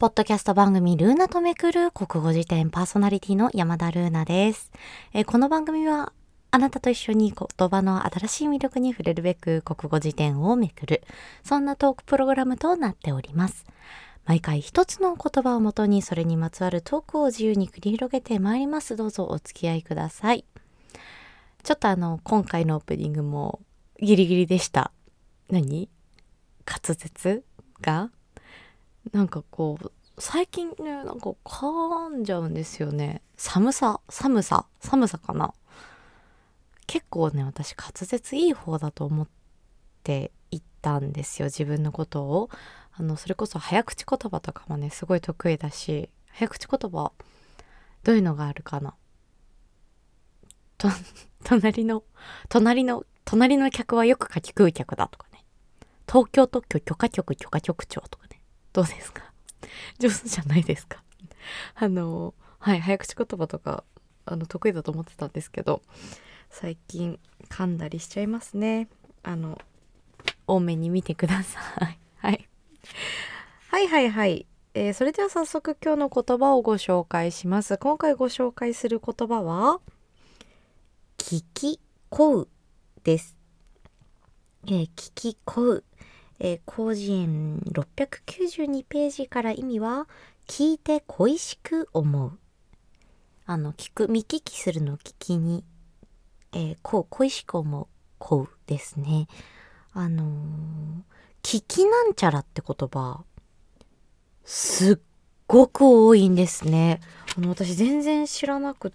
ポッドキャスト番組ルーナとめくる国語辞典パーソナリティの山田ルーナです。この番組はあなたと一緒に言葉の新しい魅力に触れるべく国語辞典をめくる、そんなトークプログラムとなっております。毎回一つの言葉をもとにそれにまつわるトークを自由に繰り広げてまいります。どうぞお付き合いください。ちょっと今回のオープニングもギリギリでした。滑舌がなんかこう最近ね、なんか噛んじゃうんですよね。寒さかな。結構ね、私滑舌いい方だと思っていったんですよ、自分のことを。それこそ早口言葉とかもね、すごい得意だし、早口言葉どういうのがあるかな。隣の客はよくかき食う客だとかね。東京特許許可局許可局長とかね。どうですか？上手じゃないですか？はい、早口言葉とか得意だと思ってたんですけど、最近噛んだりしちゃいますね。多めに見てください。はい、それでは早速今日の言葉をご紹介します。今回ご紹介する言葉は聞きこうです。聞きこう、広辞苑692ページから意味は聞いて恋しく思う。見聞きするの聞きに、恋しく思う、こうですね。聞きなんちゃらって言葉、すっごく多いんですね。私全然知らなくって、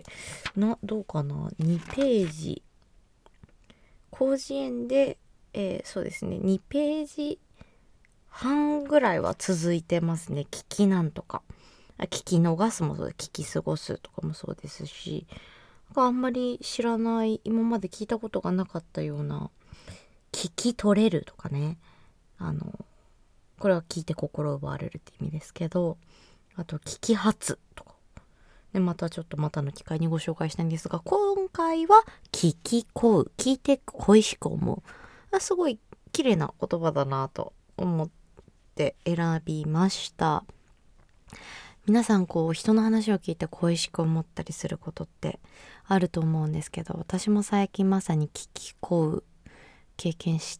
どうかな ?2 ページ。広辞苑で、そうですね、2ページ半ぐらいは続いてますね。聞きなんとか。聞き逃すもそうで、聞き過ごすとかもそうですし、あんまり知らない、今まで聞いたことがなかったような、聞き取れるとかね。これは聞いて心奪われるって意味ですけど、あと聞き発とか。で、またの機会にご紹介したいんですが、今回は聞きこう、聞いて恋しく思う。すごい綺麗な言葉だなと思って選びました。皆さん人の話を聞いて恋しく思ったりすることってあると思うんですけど、私も最近まさに聞きこう経験して、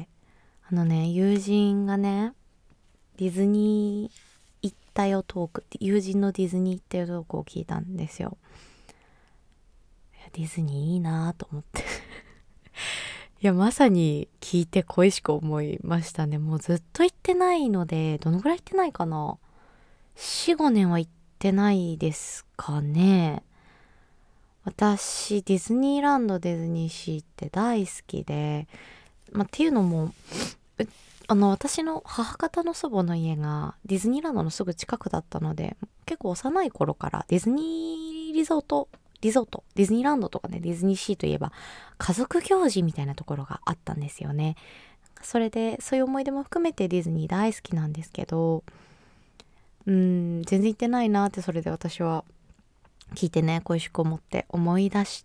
友人がね、ディズニー行ったよトークって、友人のディズニー行ったよトークを聞いたんですよ。ディズニーいいなと思っていや、まさに聞いて恋しく思いましたね。もうずっと行ってないので、どのぐらい行ってないかな、4、5年は行ってないですかね。私ディズニーランド、ディズニーシーって大好きで、っていうのも私の母方の祖母の家がディズニーランドのすぐ近くだったので、結構幼い頃からディズニーリゾート、ディズニーランドとかね、ディズニーシーといえば家族行事みたいなところがあったんですよね。それでそういう思い出も含めてディズニー大好きなんですけど、全然行ってないなって、それで私は聞いてね、恋しく思って思い出して、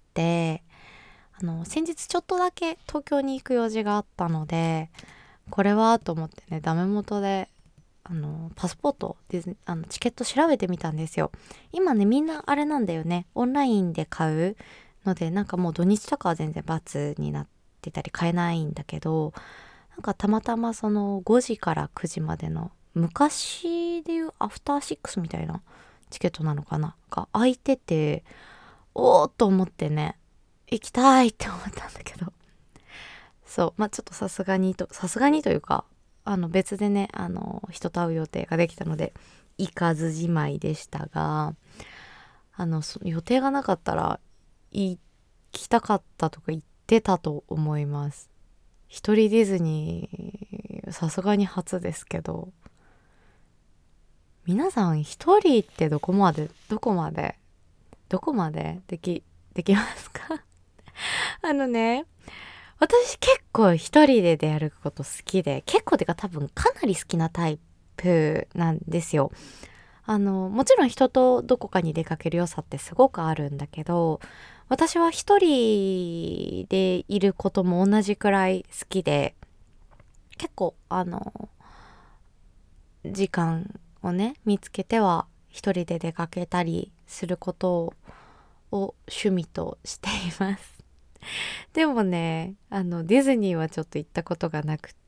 先日ちょっとだけ東京に行く用事があったので、これはと思ってね、ダメ元でパスポートチケット調べてみたんですよ。今ね、みんなあれなんだよね、オンラインで買うので、なんかもう土日とかは全然×になってたり買えないんだけど、なんかたまたまその5時から9時までの昔でいうアフターシックスみたいなチケットなのかなが空いてて、おーっと思ってね、行きたいって思ったんだけど、そう、ちょっとさすがにというか、別でね、人と会う予定ができたので行かずじまいでしたが、予定がなかったら行きたかったとか言ってたと思います。一人ディズニーさすがに初ですけど、皆さん一人ってどこまでできますか？私結構一人で出歩くこと好きで、結構てか多分かなり好きなタイプなんですよ。もちろん人とどこかに出かける良さってすごくあるんだけど、私は一人でいることも同じくらい好きで、結構時間をね見つけては一人で出かけたりすることを趣味としていますでもねディズニーはちょっと行ったことがなくって、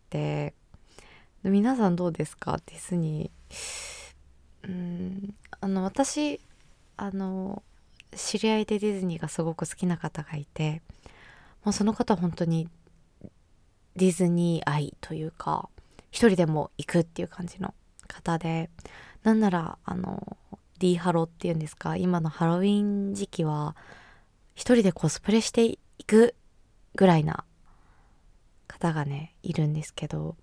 皆さんどうですか？ディズニー。私知り合いでディズニーがすごく好きな方がいて、もうその方本当にディズニー愛というか、一人でも行くっていう感じの方で、なんならディーハロっていうんですか、今のハロウィン時期は一人でコスプレしていくぐらいな方がねいるんですけど、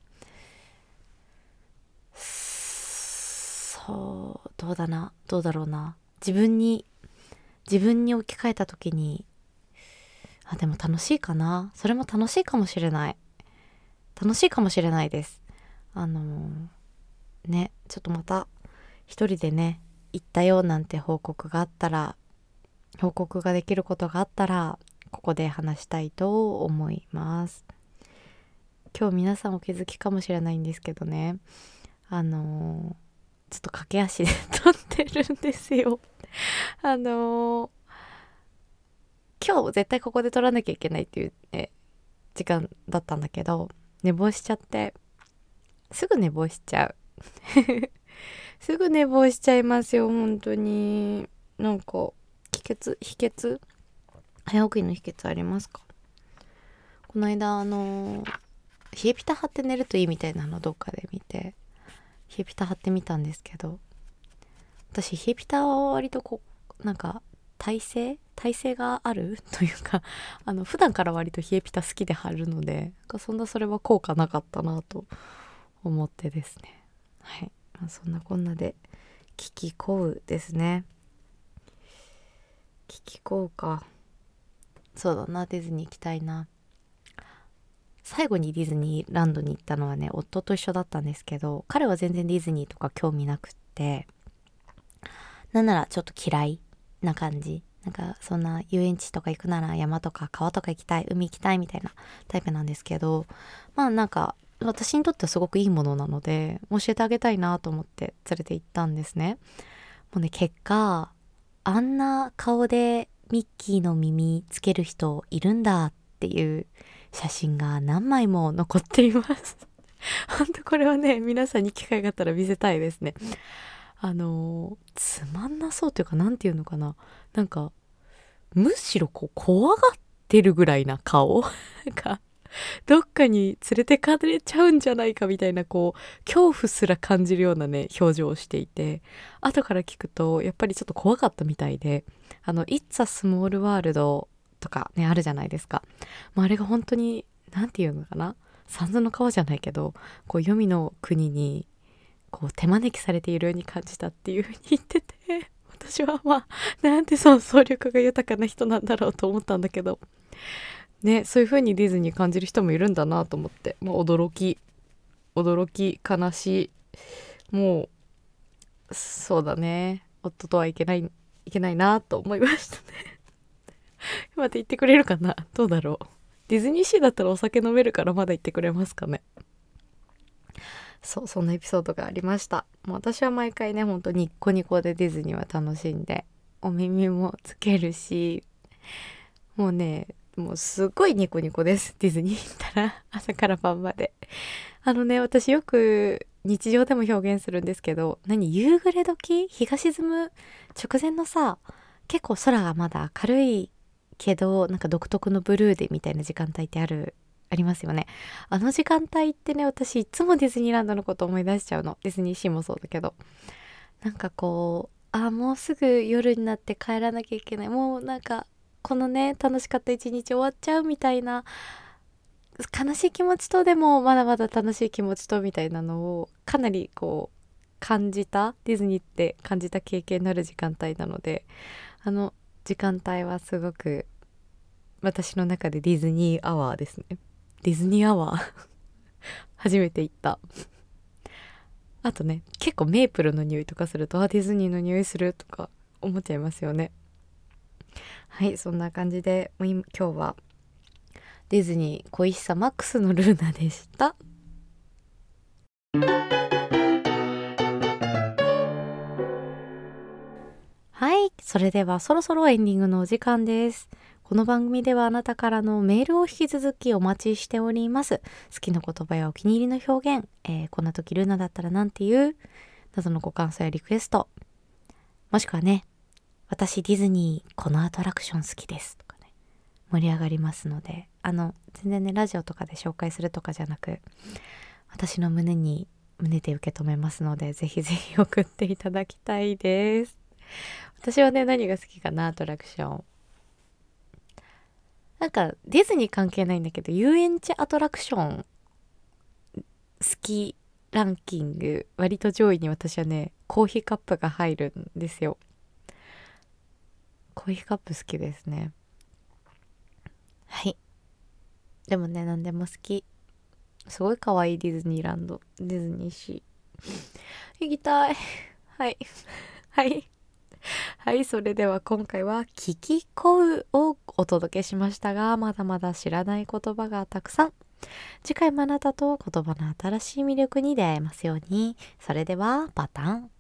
そうどうだろうな、自分に置き換えた時に、でも楽しいかな、それも楽しいかもしれないです。ね、ちょっとまた一人でね行ったよなんて報告ができることがあったらここで話したいと思います。今日皆さんお気づきかもしれないんですけどね、ちょっと駆け足で撮ってるんですよ今日絶対ここで撮らなきゃいけないっていう、時間だったんだけど、寝坊しちゃって、すぐ寝坊しちゃうすぐ寝坊しちゃいますよ、本当に。なんか秘訣早起きの秘訣ありますか？この間冷えピタ貼って寝るといいみたいなのどっかで見て、冷えピタ貼ってみたんですけど、私冷えピタは割とこうなんか耐性があるというか普段から割と冷えピタ好きで貼るので、それは効果なかったなと思ってですね。はい、そんなこんなで聞きこうですね。聞きこうか。そうだな、ディズニー行きたいな。最後にディズニーランドに行ったのはね夫と一緒だったんですけど、彼は全然ディズニーとか興味なくって、なんならちょっと嫌いな感じ、なんかそんな遊園地とか行くなら山とか川とか行きたい、海行きたいみたいなタイプなんですけど、なんか私にとってはすごくいいものなので教えてあげたいなと思って連れて行ったんですね。もうね、結果あんな顔でミッキーの耳つける人いるんだっていう写真が何枚も残っています本当これはね皆さんに機会があったら見せたいですね。つまんなそうというか、なんていうのかな、なんかむしろこう怖がってるぐらいな顔なんかどっかに連れてかれちゃうんじゃないかみたいな、こう恐怖すら感じるようなね表情をしていて、後から聞くとやっぱりちょっと怖かったみたいで、It's a Small World とかねあるじゃないですか。あれが本当になんていうのかな、三途の川じゃないけど、こう黄泉の国にこう手招きされているように感じたっていう風に言ってて、私はなんて想像力が豊かな人なんだろうと思ったんだけどね、そういう風にディズニー感じる人もいるんだなと思って、驚き悲しい、もうそうだね、夫とはいけないなと思いましたねまた言ってくれるかな、どうだろう。ディズニーシーだったらお酒飲めるからまだ言ってくれますかね。そんなエピソードがありました。もう私は毎回ねほんとニッコニコでディズニーは楽しんで、お耳もつけるし、もうねもうすっごいニコニコです。ディズニー行ったら朝から晩まで。私よく日常でも表現するんですけど、夕暮れ時、日が沈む直前のさ、結構空がまだ明るいけどなんか独特のブルーでみたいな時間帯ってありますよね。あの時間帯ってね、私いつもディズニーランドのこと思い出しちゃうの。ディズニーシーもそうだけど、なんかこうもうすぐ夜になって帰らなきゃいけない、もうなんかこのね楽しかった一日終わっちゃうみたいな、悲しい気持ちとでもまだまだ楽しい気持ちとみたいなのをかなりこう感じた、ディズニーって感じた経験のある時間帯なので、あの時間帯はすごく私の中でディズニーアワーですね。ディズニーアワー初めて行った。あとね、結構メープルの匂いとかすると、ディズニーの匂いするとか思っちゃいますよね。はい、そんな感じで今日はディズニー恋しさマックスのルーナでした。 それではそろそろエンディングのお時間です。この番組ではあなたからのメールを引き続きお待ちしております。好きな言葉やお気に入りの表現、こんな時ルナだったらなんて言うなどのご感想やリクエスト、もしくはね、私ディズニーこのアトラクション好きですとかね、盛り上がりますので、全然ねラジオとかで紹介するとかじゃなく、私の胸で受け止めますので、ぜひぜひ送っていただきたいです。私はね、何が好きかな、アトラクション。なんかディズニー関係ないんだけど、遊園地アトラクション好きランキング割と上位に私はね、コーヒーカップが入るんですよ。コーヒーカップ好きですね。はい。でもね、何でも好き。すごい可愛いディズニーランド、ディズニーシー行きたい。はいはいはい。それでは今回は聞き恋をお届けしましたが、まだまだ知らない言葉がたくさん。次回もあなたと言葉の新しい魅力に出会えますように。それではパタン。